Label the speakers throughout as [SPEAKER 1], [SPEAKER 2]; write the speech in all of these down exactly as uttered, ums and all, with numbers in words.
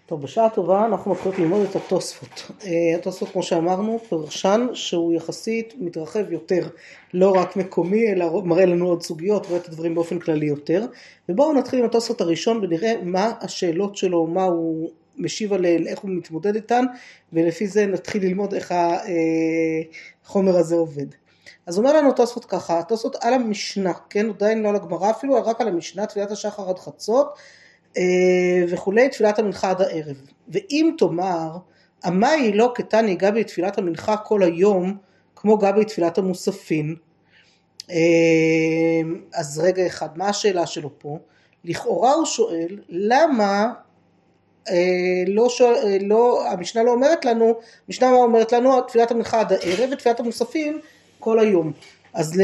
[SPEAKER 1] טוב, בשעה טובה אנחנו מתחילים ללמוד את התוספות. התוספות, כמו שאמרנו, פרשן שהוא יחסית מתרחב יותר, לא רק מקומי, אלא מראה לנו עוד סוגיות, רואה את הדברים באופן כללי יותר. ובואו נתחיל עם התוספות הראשון ונראה מה השאלות שלו, מה הוא משיב עליהן, איך הוא מתמודד איתן, ולפי זה נתחיל ללמוד איך החומר הזה עובד. אז אומר לנו התוספות ככה, התוספות על המשנה, כן, עדיין לא על הגמרא אפילו, רק על המשנה, תפילת השחר עד חצות, וכולי, תפילת המנחה עד הערב. ואם תאמר, אמה היא לא קטני גבי תפילת המנחה כל היום, כמו גבי תפילת המוספין, אז רגע אחד, מה השאלה שלו פה? לכאורה הוא שואל, למה לא, שואל, לא, המשנה לא אומרת לנו, המשנה לא אומרת לנו, תפילת המנחה עד הערב ותפילת המוספין כל היום. אז ל...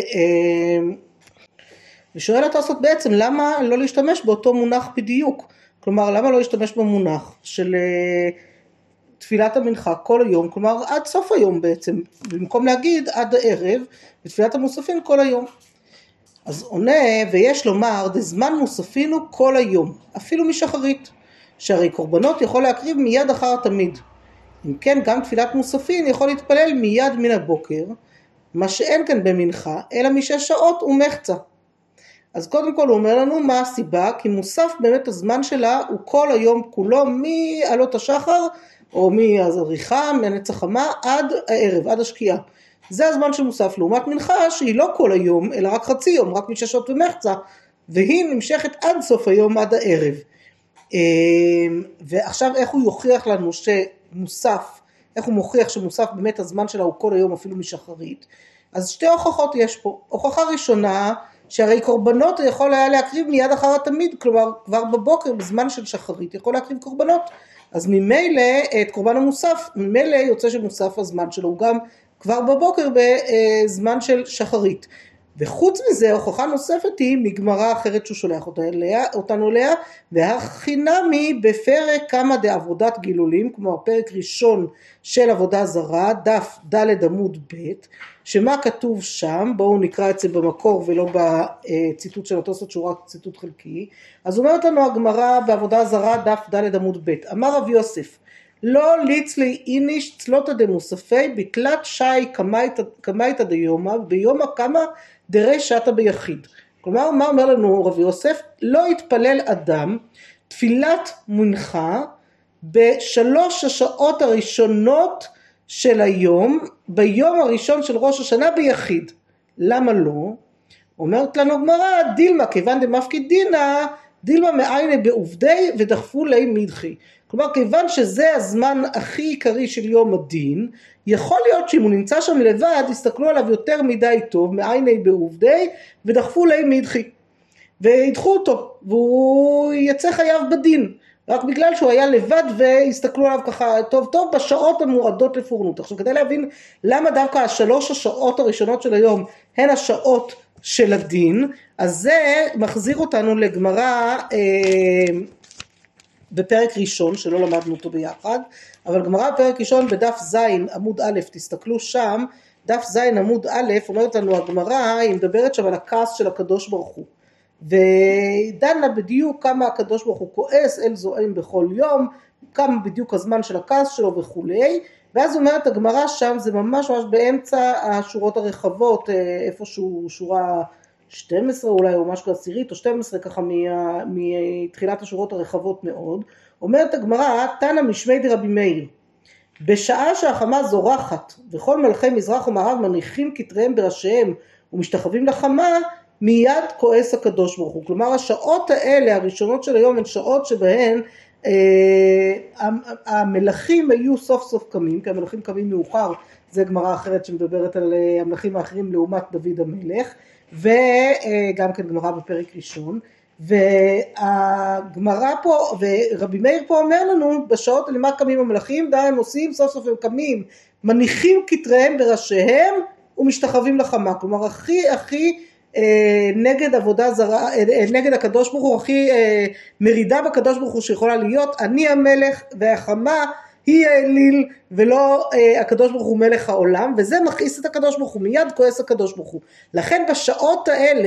[SPEAKER 1] ושואל התוספות בעצם למה לא להשתמש באותו מונח בדיוק, כלומר למה לא להשתמש במונח של תפילת המנחה כל היום, כלומר עד סוף היום בעצם, במקום להגיד עד הערב ותפילת המוספין כל היום. אז עונה ויש לומר דזמן מוספין הוא כל היום, אפילו משחרית, שהרי קורבנות יכול להקריב מיד אחר תמיד, אם כן גם תפילת מוספין יכול להתפלל מיד מן הבוקר, מה שאין כאן במנחה אלא משש שעות ומחצה. אז קודם כל הוא אומר לנו מה הסיבה, כי מוסף באמת הזמן שלה הוא כל היום כולו, מעלות השחר או מהזריחה, מהנץ החמה עד הערב, עד השקיעה. זה הזמן שמוסף, לעומת מנחה שהיא לא כל היום, אלא רק חצי יום, רק משש שעות ומחצה, והיא נמשכת עד סוף היום, עד הערב. ועכשיו איך הוא יוכיח לנו שמוסף, איך הוא מוכיח שמוסף באמת הזמן שלה הוא כל היום אפילו משחרית? אז שתי הוכחות יש פה. הוכחה ראשונה, שהרי קורבנות יכול היה להקריב מיד אחר התמיד, כלומר כבר בבוקר בזמן של שחרית יכול להקריב קורבנות, אז ממילא את קורבן המוסף, ממילא יוצא שמוסף הזמן שלו הוא גם כבר בבוקר בזמן של שחרית. וחוץ מזה הוכחה נוספת היא מגמרא אחרת שהוא שולח אותנו אליה, והחינמי בפרק כמה דעבודת גילולים, כמו הפרק ראשון של עבודה זרה, דף ד' עמוד ב', שמה כתוב שם, בואו נקרא את זה במקור ולא בציטוט של התוספות שהוא רק ציטוט חלקי. אז אומרת לנו הגמרא בעבודה זרה דף ד' עמוד ב', אמר רב יוסף, לא ליצלי איניש צלותא דמוספי בתלת שי קמייתא דיומא ביומא קמא דרי שתא ביחיד. כלומר מה אומר לנו רב יוסף? לא יתפלל אדם תפילת מנחה בשלוש השעות הראשונות של היום, ביום הראשון של ראש השנה ביחיד. למה לא? אומרת לנו גמרא, דילמה כיוון דמפקיד דינא, דילמה מעייני בעובדי ודחפו לי מדחי. כלומר כיוון שזה הזמן הכי עיקרי של יום הדין, יכול להיות שאם הוא נמצא שם לבד, יסתכלו עליו יותר מדי טוב, מעייני בעובדי ודחפו לי מדחי. וידחו אותו, והוא יצא חייב בדין. רק בגלל שהוא היה לבד והסתכלו עליו ככה טוב טוב בשעות המועדות לפורענות. עכשיו כדי להבין למה דווקא השלוש השעות הראשונות של היום הן השעות של הדין, אז זה מחזיר אותנו לגמרא אה, בפרק ראשון שלא למדנו אותו ביחד, אבל גמרא בפרק ראשון בדף זין עמוד א', תסתכלו שם, דף זין עמוד א', אומרת לנו הגמרא, היא מדברת שם על הכעס של הקדוש ברוך הוא. ודנה בדיוק כמה הקדוש ברוך הוא כועס אל זועם בכל יום, כמה בדיוק הזמן של הכעס שלו וכולי, ואז אומרת הגמרא שם, זה ממש ממש באמצע השורות הרחבות, איפשהו שורה שתים עשרה אולי, או משהו עשירית, או שתים עשרה ככה מתחילת השורות הרחבות מאוד, אומרת הגמרא, תנא משמי דרבי מאיר, בשעה שהחמה זורחת, וכל מלכי מזרח ומערב מניחים כתריהם בראשיהם, ומשתחווים לחמה, מיד כועס הקדוש ברוך הוא. כלומר השעות האלה הראשונות של היום הן שעות שבהן אה, המלכים היו סוף סוף קמים, כי המלכים קמים מאוחר, זה גמרא אחרת שמדברת על המלכים האחרים לעומת דוד המלך, וגם כן גמרא בפרק ראשון, והגמרא פה, ורבי מאיר פה אומר לנו, בשעות למה קמים המלכים, די הם עושים, סוף סוף הם קמים, מניחים כתריהם בראשיהם, ומשתחווים לחמה. כלומר הכי הכי נגד עבודה זרה, נגד הקדוש ברוך הוא, הכי מרידה בקדוש ברוך הוא שיכולה להיות, אני המלך והחמה היא האליל ולא הקדוש ברוך הוא מלך העולם, וזה מכעיס את הקדוש ברוך הוא, מיד כועס הקדוש ברוך הוא. לכן בשעות האלה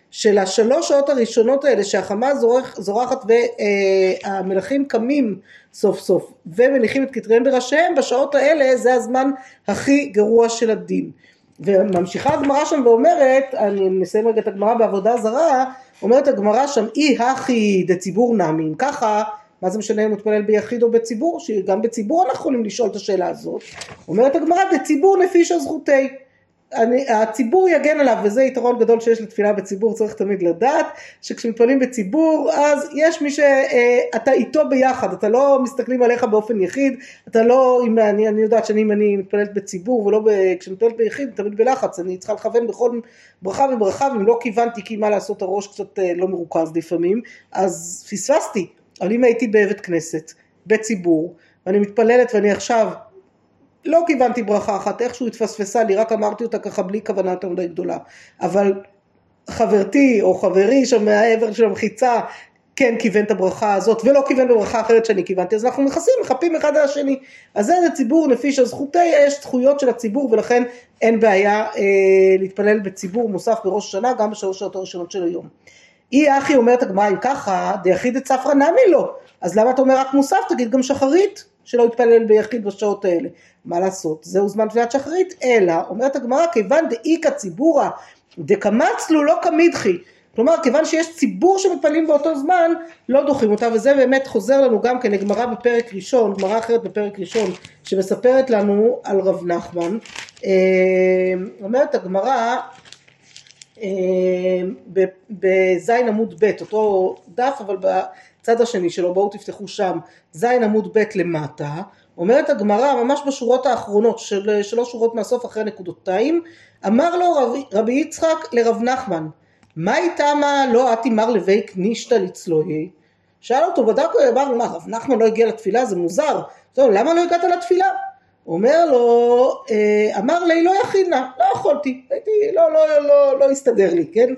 [SPEAKER 1] של השלוש שעות הראשונות האלה שהחמה זורח, זורחת והמלכים קמים סוף סוף ומניחים את כתריהם בראשיהם, בשעות האלה זה הזמן הכי גרוע של הדין. וממשיכה הגמרא שם ואומרת, אני נסיים רגע את הגמרא בעבודה זרה, אומרת הגמרא שם, אי הכי דציבור נמי, ככה, מה זה משנה אם מתפלל ביחיד או בציבור, שגם בציבור אנחנו יכולים לשאול את השאלה הזאת. אומרת הגמרא, דציבור נפיש הזכותי, אני, הציבור יגן עליו, וזה יתרון גדול שיש לתפילה בציבור, צריך תמיד לדעת, שכשמתפללים בציבור, אז יש מי שאתה איתו ביחד, אתה לא מסתכלים עליך באופן יחיד, אתה לא, אם אני, אני יודעת שאני, אם אני מתפללת בציבור, ולא ב, כשמתפללת ביחיד, תמיד בלחץ, אני צריכה לכוון בכל ברכה וברכה, ואם לא כיוונתי, כי מה לעשות, הראש קצת לא מרוכז לפעמים, אז פספסתי, אבל אם הייתי בבית כנסת, בציבור, ואני מתפללת ואני עכשיו, לא כיוונתי ברכה אחת, איכשהו התפספסה לי, רק אמרתי אותה ככה בלי כוונה יותר מדי גדולה, אבל חברתי או חברי שם מהעבר של המחיצה, כן כיוון את הברכה הזאת, ולא כיוון בברכה אחרת שאני כיוונתי, אז אנחנו נכנסים, מחפים אחד על השני, אז זה ציבור נפיש הזכותי, יש זכויות של הציבור, ולכן אין בעיה אה, להתפלל בציבור מוסף בראש השנה, גם בשלוש שעות הראשונות של היום. היא אחי אומרת הגמרא, אם ככה, דיחיד את ספרא נמי לו, אז למה אתה אומר רק מוסף, תגיד גם שחרית, שלא יתפלל ביחיד בשעות האלה. מה לעשות? זהו זמן תפילת שחרית, אלא, אומרת הגמרא, כיוון דאיקה ציבורה, דקמצלו לא כמידחי, כלומר, כיוון שיש ציבור שמתפללים באותו זמן, לא דוחים אותה, וזה באמת חוזר לנו גם כן לגמרא בפרק ראשון, גמרא אחרת בפרק ראשון, שמספרת לנו על רב נחמן, אומרת הגמרא, בזין עמוד ב', אותו דף, אבל בצד השני שלו, בואו תפתחו שם, זין עמוד ב' למטה, אומרת הגמרא, ממש בשורות האחרונות, של שלוש שורות מהסוף אחרי נקודותיים, אמר לו רב, רבי יצחק לרב נחמן, מה איתה מה לא עתי מר לבי כנישתא לצלוהי? שאל אותו, בדק הוא אמר, מה, רב נחמן לא הגיע לתפילה, זה מוזר, טוב, למה לא הגעת לתפילה? אומר לו, אמר לי, לא יכינה, לא יכולתי, הייתי, לא, לא, לא, לא הסתדר לי, כן?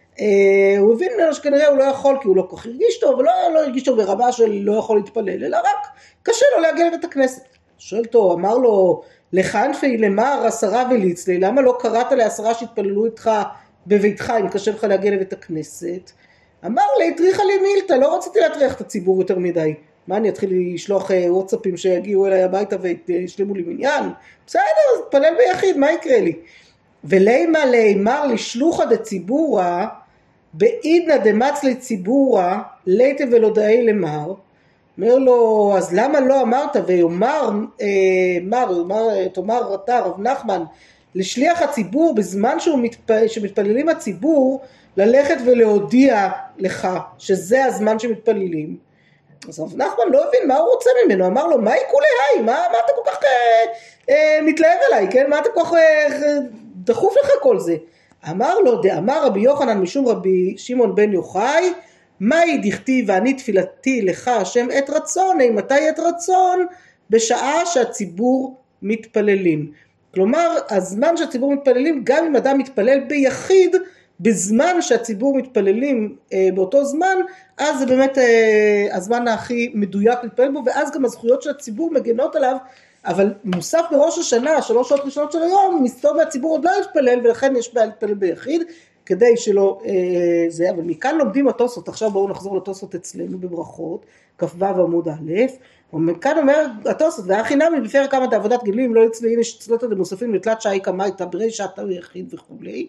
[SPEAKER 1] הוא הבין ממנו שכנראה הוא לא יכול, כי הוא לא כך הרגיש טוב, ולא לא הרגיש טוב ברמה של לא יכול להתפלל, אלא רק קשה לו להגיע לבית הכנסת. שואל אותו, אמר לו, לחנפי למר עשרה וליצלי, למה לא קראת לעשרה שהתפללו איתך בביתך, אם קשה לך להגיע לבית הכנסת? אמר לי, התריחה לי מילתא, לא רציתי להטריח את הציבור יותר מדי. מה, אני אתחיל לשלוח וואטסאפים שיגיעו אליי הביתה וישלימו לי מניין? בסדר, אז תפלל ביחיד, מה יקרה לי? ולימה לימר לשלוחה דציבורה, בעידנא דמצלי ציבורה, ליטה ולודאי למר, אומר לו, אז למה לא אמרת, ויאמר, אה, מר, מר, תאמר אתה רב נחמן, לשליח הציבור, בזמן שהוא מתפ... שמתפללים הציבור, ללכת ולהודיע לך, שזה הזמן שמתפללים, אז רב נחמן לא הבין מה הוא רוצה ממנו, אמר לו, מה יקולי היי, מה, מה אתה כל כך אה, אה, מתלהב עליי, כן? מה אתה כל כך אה, דחוף לך כל זה? אמר לו, דאמר רבי יוחנן משום רבי שמעון בן יוחאי, מהי דכתיב ואני תפילתי לך השם עת רצון, מתי עת רצון? בשעה שהציבור מתפללים. כלומר, הזמן שהציבור מתפללים, גם אם אדם מתפלל ביחיד, בזמן שהציבור מתפללים אה, באותו זמן, אז זה באמת אה, הזמן הכי מדויק להתפלל בו, ואז גם הזכויות של הציבור מגנות עליו, אבל מוסף בראש השנה, שלוש שעות ראשונות של היום, מסתובב מהציבור עוד לא להתפלל, ולכן יש בעיה להתפלל ביחיד, כדי שלא אה, זה, אבל מכאן לומדים התוספות, עכשיו בואו נחזור לתוספות אצלנו בברכות, כ"ו עמוד א', וכאן אומר התוספות, והכי נמי בפרק כמה עבודת גלים, לא אצלי, הנה שצלות למוספים לתלת שעה כמה הייתה ברי שעתה יחיד וכולי,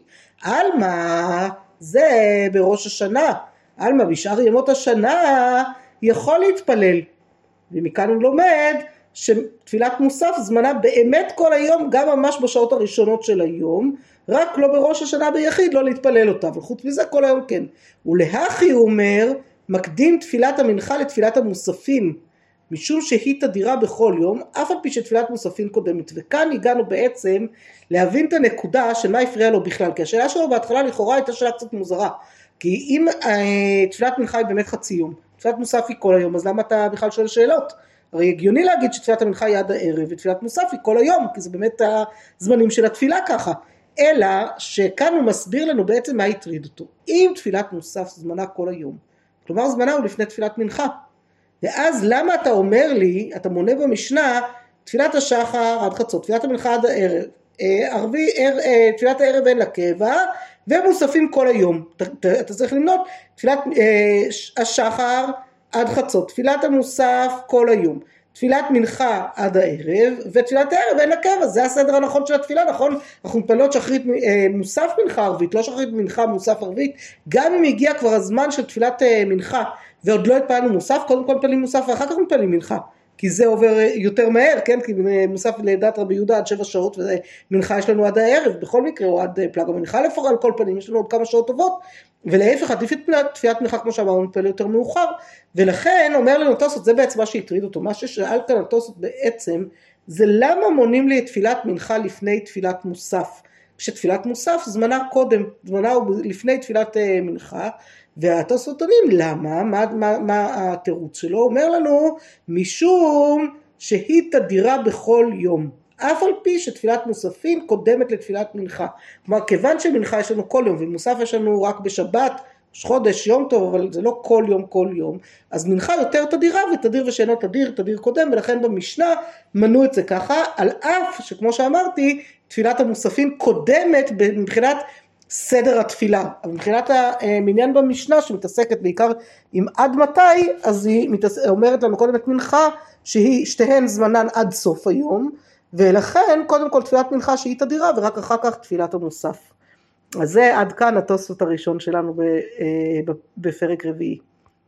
[SPEAKER 1] אלמה זה בראש השנה, אלמה בשאר ימות השנה יכול להתפלל, ומכאן הוא לומד שתפילת מוסף זמנה באמת כל היום, גם ממש בשעות הראשונות של היום, רק לא בראש השנה ביחיד לא להתפלל אותה, וחוץ מזה כל היום כן. ולהכי הוא אומר, מקדים תפילת המנחה לתפילת המוספים, משום שהיא תדירה בכל יום, אף על פי שתפילת מוספים קודמת. וכאן הגענו בעצם להבין את הנקודה של מה הפריע לו בכלל, כי השאלה שלו בהתחלה לכאורה הייתה שאלה קצת מוזרה, כי אם אה, תפילת מנחה היא באמת חצי יום, תפילת מוסף היא כל היום, אז למה אתה בכלל שואל שאלות? הרי הגיוני להגיד שתפילת המנחה היא עד הערב, ותפילת מוסף היא כל היום, כי זה באמת הזמנים של התפילה ככה. אלא שכאן הוא מסביר לנו בעצם מה יטריד אותו. אם תפילת מוסף זמנה כל היום, כלומר זמנה הוא לפני תפילת מנחה, ואז למה אתה אומר לי, אתה מונה במשנה, תפילת השחר עד חצות, תפילת המנחה עד הערב, ערבי, ער, תפילת הערב אין לה קבע, ומוספים כל היום. אתה צריך למנות תפילת השחר עד חצות, תפילת המוסף כל היום, תפילת מנחה עד הערב, ותפילת הערב אין הקבע. זה הסדר הנכון של התפילה, נכון? אנחנו מתפללות שחרית מוסף מנחה ערבית, לא שחרית מנחה מוסף ערבית. גם אם הגיע כבר הזמן של תפילת מנחה ועוד לא התפללנו מוסף, קודם כל מתפללים מוסף ואחר כך מתפללים מנחה, כי זה עובר יותר מהר, כן? כי מוסף לדעת רבי יהודה עד שבע שעות, ומנחה יש לנו עד הערב, בכל מקרה, או עד פלג המנחה לפחות, על כל פנים, יש לנו עוד כמה שעות טובות, ולהפך, עדיף את תפילת מנחה, כמו שאמרנו, מתפלל יותר מאוחר, ולכן אומר לנו תוספות, זה בעצם מה שהטריד אותו, מה ששאל כאן התוספות בעצם, זה למה מונים לי את תפילת מנחה לפני תפילת מוסף, כשתפילת מוסף זמנה קודם, זמנה הוא לפני תפילת מנחה, והתוספות עונים למה, מה, מה, מה התירוץ שלו? אומר לנו משום שהיא תדירה בכל יום, אף על פי שתפילת מוספים קודמת לתפילת מנחה. כלומר, כיוון שמנחה יש לנו כל יום ומוסף יש לנו רק בשבת, חודש, יום טוב, אבל זה לא כל יום כל יום, אז מנחה יותר תדירה, ותדיר ושאינו תדיר, תדיר קודם, ולכן במשנה מנו את זה ככה, על אף שכמו שאמרתי, תפילת המוספים קודמת מבחינת סדר התפילה, אבל מבחינת המניין במשנה שמתעסקת בעיקר עם עד מתי, אז היא אומרת לנו קודם את מנחה שהיא שתיהן זמנן עד סוף היום, ולכן קודם כל תפילת מנחה שהיא תדירה ורק אחר כך תפילת המוסף. אז זה עד כאן התוספות הראשון שלנו בפרק רביעי.